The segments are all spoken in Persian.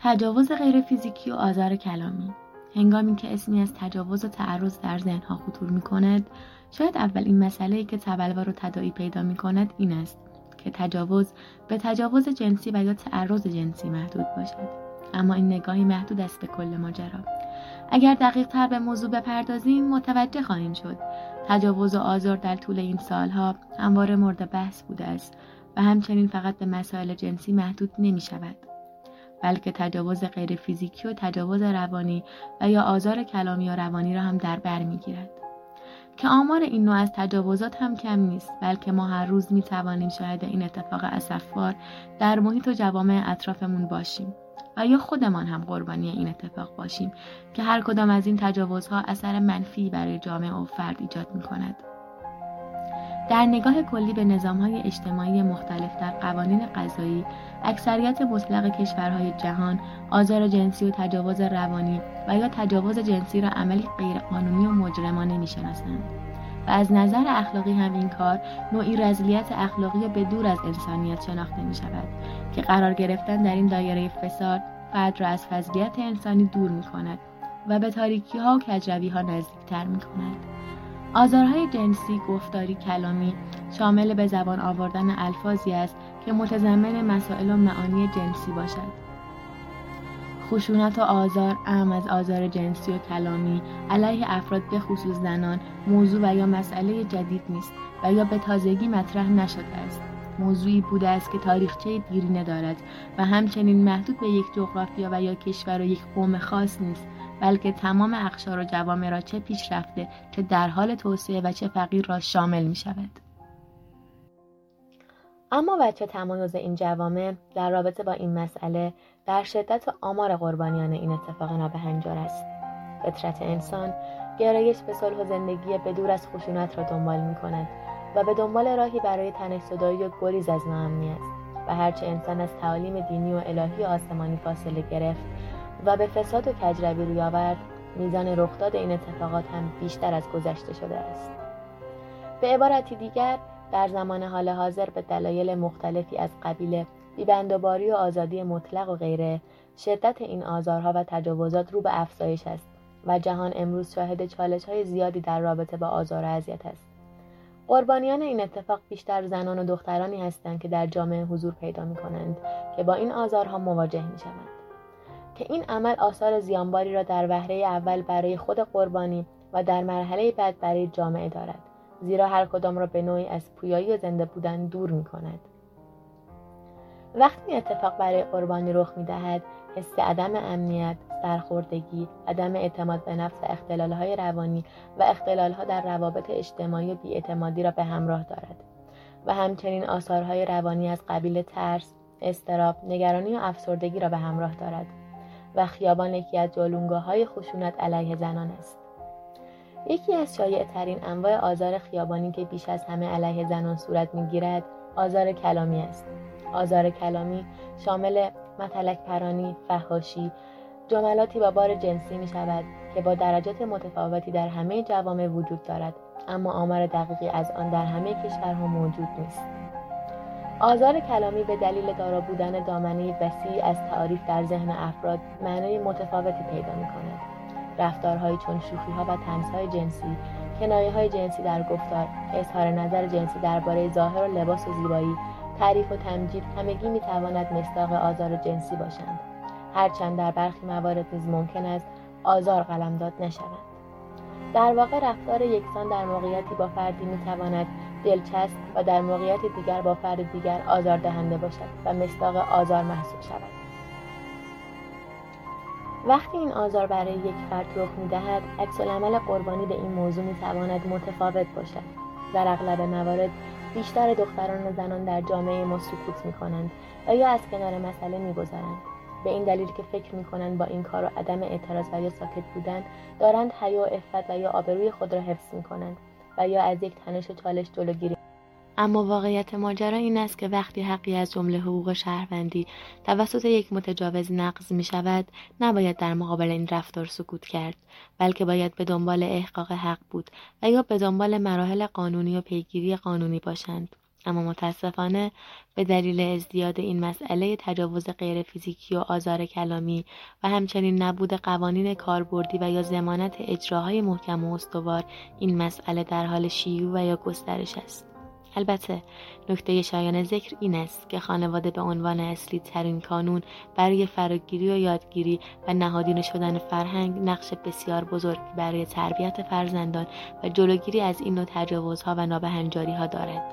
تجاوز غیر فیزیکی و آزار کلامی. هنگامی که اسمی از تجاوز و تعرض در ذهنها خطور می‌کند، شاید اولین مسئله‌ای که تبلور و تداعی پیدا می‌کند این است که تجاوز به تجاوز جنسی و یا تعرض جنسی محدود باشد. اما این نگاهی محدود است به کل ماجرا. اگر دقیق‌تر به موضوع بپردازیم متوجه خواهیم شد تجاوز و آزار در طول این سالها همواره مورد بحث بوده است و همچنین فقط به مسائل جنسی محدود نمی‌شود، بلکه تجاوز غیر فیزیکی و تجاوز روانی و یا آزار کلامی و روانی را هم در بر می‌گیرد که آمار این نوع از تجاوزات هم کم نیست، بلکه ما هر روز می‌توانیم شاهد این اتفاق اسفبار در محیط و جوامع اطرافمون باشیم و یا خودمان هم قربانی این اتفاق باشیم که هر کدام از این تجاوزها اثر منفی برای جامعه و فرد ایجاد می‌کند. در نگاه کلی به نظام‌های اجتماعی مختلف در قوانین قضایی، اکثریت مطلق کشورهای جهان آزار جنسی و تجاوز روانی و یا تجاوز جنسی را عملی غیرقانونی و مجرمانه می‌شناسند و از نظر اخلاقی هم این کار نوعی رذیلیت اخلاقی و به دور از انسانیت شناخته می‌شود که قرار گرفتن در این دایره فساد فرد را از فضیلت انسانی دور می‌کند و به تاریکی‌ها و کجروی‌ها نزدیک‌تر می‌کند. آزارهای جنسی، گفتاری، کلامی شامل به زبان آوردن الفاظی است که متضمن مسائل و معانی جنسی باشد. خشونت و آزار، اعم از آزار جنسی و کلامی علیه افراد به خصوص زنان موضوع و یا مسئله جدید نیست و یا به تازگی مطرح نشده است. موضوعی بوده است که تاریخچه دیرینه دارد و همچنین محدود به یک جغرافیا و یا کشور و یک قوم خاص نیست، بلکه تمام اقشار و جوامع را چه پیشرفته، چه در حال توسعه و چه فقیر را شامل می شود. اما وجه تمایز این جوامع در رابطه با این مسئله در شدت آمار قربانیان این اتفاق نابهنجار است. فطرت انسان گرایش به صلح و زندگی بدور از خشونت را دنبال می کند و به دنبال راهی برای تنش‌زدایی و گریز از ناامنی است و هرچه انسان از تعالیم دینی و الهی و آسمانی فاصله گرفت و به فساد و کجروی روی آورد، میزان رخداد این اتفاقات هم بیشتر از گذشته شده است. به عبارتی دیگر، در زمان حال حاضر به دلایل مختلفی از قبیل بی‌بندوباری و آزادی مطلق و غیره، شدت این آزارها و تجاوزات رو به افزایش است و جهان امروز شاهد چالش‌های زیادی در رابطه با آزار و اذیت است. قربانیان این اتفاق بیشتر زنان و دخترانی هستند که در جامعه حضور پیدا می‌کنند که با این آزارها مواجه می‌شوند. که این عمل آثار زیانباری را در وهله اول برای خود قربانی و در مرحله بعد برای جامعه دارد، زیرا هر کدام را به نوعی از پویایی و زنده بودن دور می‌کند. وقتی این اتفاق برای قربانی رخ می‌دهد، حس عدم امنیت، سرخوردگی، عدم اعتماد به نفس و اختلال‌های روانی و اختلال‌ها در روابط اجتماعی و بی‌اعتمادی را به همراه دارد و همچنین آثارهای روانی از قبیل ترس، اضطراب، نگرانی و افسردگی را به همراه دارد و خیابان یکی از جلوگاه‌های خشونت علیه زنان است. یکی از شایع‌ترین انواع آزار خیابانی که بیش از همه علیه زنان صورت می‌گیرد، آزار کلامی است. آزار کلامی شامل متلک پرانی، فحاشی، جملاتی با بار جنسی می‌شود که با درجات متفاوتی در همه جوامع وجود دارد، اما آمار دقیقی از آن در همه کشورها موجود نیست. آزار کلامی به دلیل دارا بودن دامنه وسیعی از تعاریف در ذهن افراد معنای متفاوتی پیدا می‌کند. رفتارهایی چون شوخی‌ها و طنزهای جنسی، کنایه‌های جنسی در گفتار، اظهار نظر جنسی درباره ظاهر و لباس و زیبایی، تعریف و تمجید همگی می‌تواند مصداق آزار جنسی باشند، هرچند در برخی موارد نیز ممکن است آزار قلمداد نشوند. در واقع رفتار یکسان در موقعیتی با فردی می‌تواند دلچسب و در موقعیت دیگر با فرد دیگر آزاردهنده باشد و مصداق آزار محسوب شود. وقتی این آزار برای یک فرد رخ می‌دهد، عکس‌العمل قربانی به این موضوع می‌تواند متفاوت باشد. در اغلب موارد بیشتر دختران و زنان در جامعه ما سکوت می‌کنند و یا از کنار مسئله می‌گذرند. به این دلیل که فکر می‌کنند با این کار و عدم اعتراض و یا ساکت بودن دارند حیا و عفت و یا آبروی خود را حفظ می‌کنند و یا از یک تنش و چالش جلوگیری. اما واقعیت ماجرا این است که وقتی حقی از جمله حقوق شهروندی توسط یک متجاوز نقض می شود، نباید در مقابل این رفتار سکوت کرد، بلکه باید به دنبال احقاق حق بود و یا به دنبال مراحل قانونی و پیگیری قانونی باشند. اما متاسفانه به دلیل ازدیاد این مسئله تجاوز غیر فیزیکی و آزار کلامی و همچنین نبود قوانین کاربردی و یا ضمانت اجراهای محکم و استوار، این مسئله در حال شیوع و یا گسترش است. البته نکته شایان ذکر این است که خانواده به عنوان اصلی ترین کانون برای فراگیری و یادگیری و نهادینه شدن فرهنگ نقش بسیار بزرگی برای تربیت فرزندان و جلوگیری از این نوع تجاوزها و نابهنجاری‌ها دارد.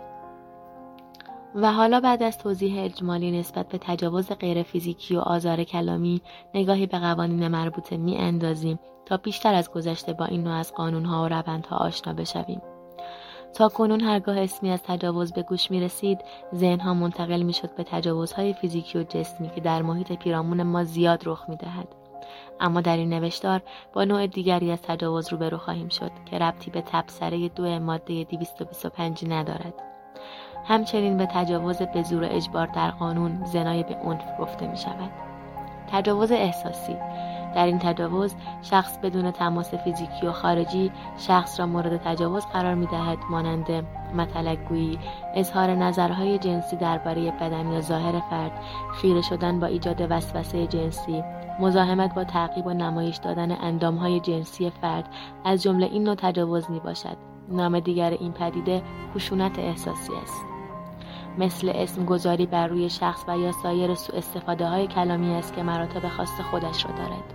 و حالا بعد از توضیح اجمالی نسبت به تجاوز غیر فیزیکی و آزار کلامی، نگاهی به قوانین مربوطه می‌اندازیم تا بیشتر از گذشته با این نوع از قانون‌ها و روندها آشنا بشویم. تا کنون هرگاه اسمی از تجاوز به گوش می رسید، ذهنها منتقل می شد به تجاوزهای فیزیکی و جسمی که در محیط پیرامون ما زیاد رخ می دهد. اما در این نوشتار با نوع دیگری از تجاوز روبرو خواهیم شد که ربطی به تبصره 2 ماده 225 ندارد. همچنین به تجاوز به زور اجبار در قانون زنای به عنف گفته می شود. تجاوز احساسی: در این تجاوز شخص بدون تماس فیزیکی و خارجی شخص را مورد تجاوز قرار می دهد، مانند مطلق‌گویی، اظهار نظرهای جنسی درباره بدن یا ظاهر فرد، خیره شدن با ایجاد وسوسه جنسی، مزاحمت با تعقیب و نمایش دادن اندامهای جنسی فرد از جمله این نوع تجاوز می باشد. نام دیگر این پدیده خشونت احساسی است. مثل اسم گذاری بر روی شخص و یا سایر سوء استفاده های کلامی است که مراتب خاص خودش را دارد.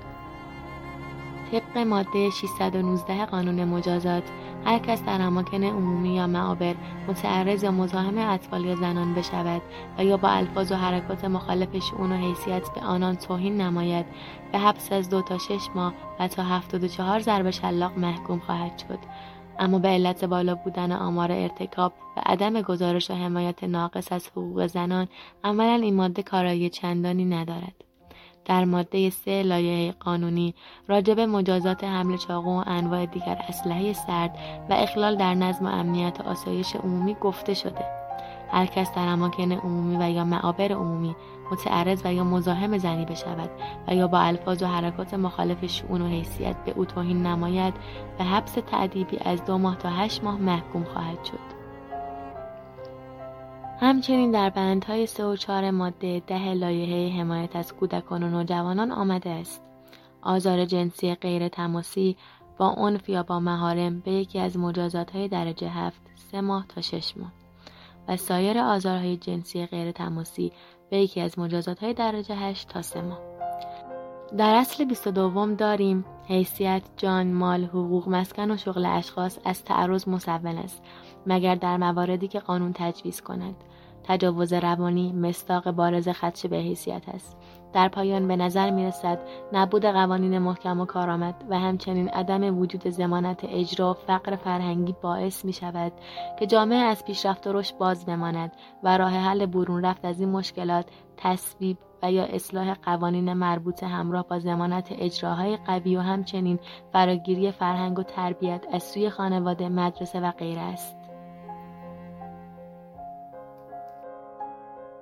طبق ماده 619 قانون مجازات، هر کس در اماکن عمومی یا معابر متعرض یا مزاحم اطفال یا زنان بشود و یا با الفاظ و حرکات مخالف شؤون و حیثیت به آنان توهین نماید، به حبس از 2 تا 6 ماه و تا 74 ضرب شلاق محکوم خواهد شد. اما به علت بالا بودن آمار ارتکاب و عدم گزارش و حمایت ناقص از حقوق زنان، عملاً این ماده کارایی چندانی ندارد. در ماده 3 لایحه قانونی راجع به مجازات حمل چاقو و انواع دیگر اسلحه سرد و اخلال در نظم و امنیت و آسایش عمومی گفته شده. هر کس در اماکن عمومی و یا معابر عمومی متعرض و یا مزاحم زنی بشود و یا با الفاظ و حرکات مخالف شؤون و حیثیت به او توهین نماید، به حبس تأدیبی از 2 ماه تا 8 ماه محکوم خواهد شد. همچنین در بندهای 3 و 4 ماده 10 لایحه حمایت از کودکان و نوجوانان آمده است: آزار جنسی غیر تماسی با عنف یا با محارم به یکی از مجازات‌های درجه 7 3 ماه تا 6 ماه و سایر آزارهای جنسی غیر تماسی به یکی از مجازات‌های درجه 8 تا 3 ماه. در اصل 22 داریم: حیثیت، جان، مال، حقوق، مسکن و شغل اشخاص از تعرض مصون است مگر در مواردی که قانون تجویز کند. تجاوز روانی مصداق بارز خدش به حیثیت است. در پایان به نظر می رسد نبود قوانین محکم و کارآمد و همچنین عدم وجود ضمانت اجرا و فقر فرهنگی باعث می شود که جامعه از پیشرفت و رشد باز بماند و راه حل برون رفت از این مشکلات تصویب و یا اصلاح قوانین مربوطه همراه با ضمانت اجراهای قوی و همچنین فراگیری فرهنگ و تربیت از سوی خانواده، مدرسه و غیره است.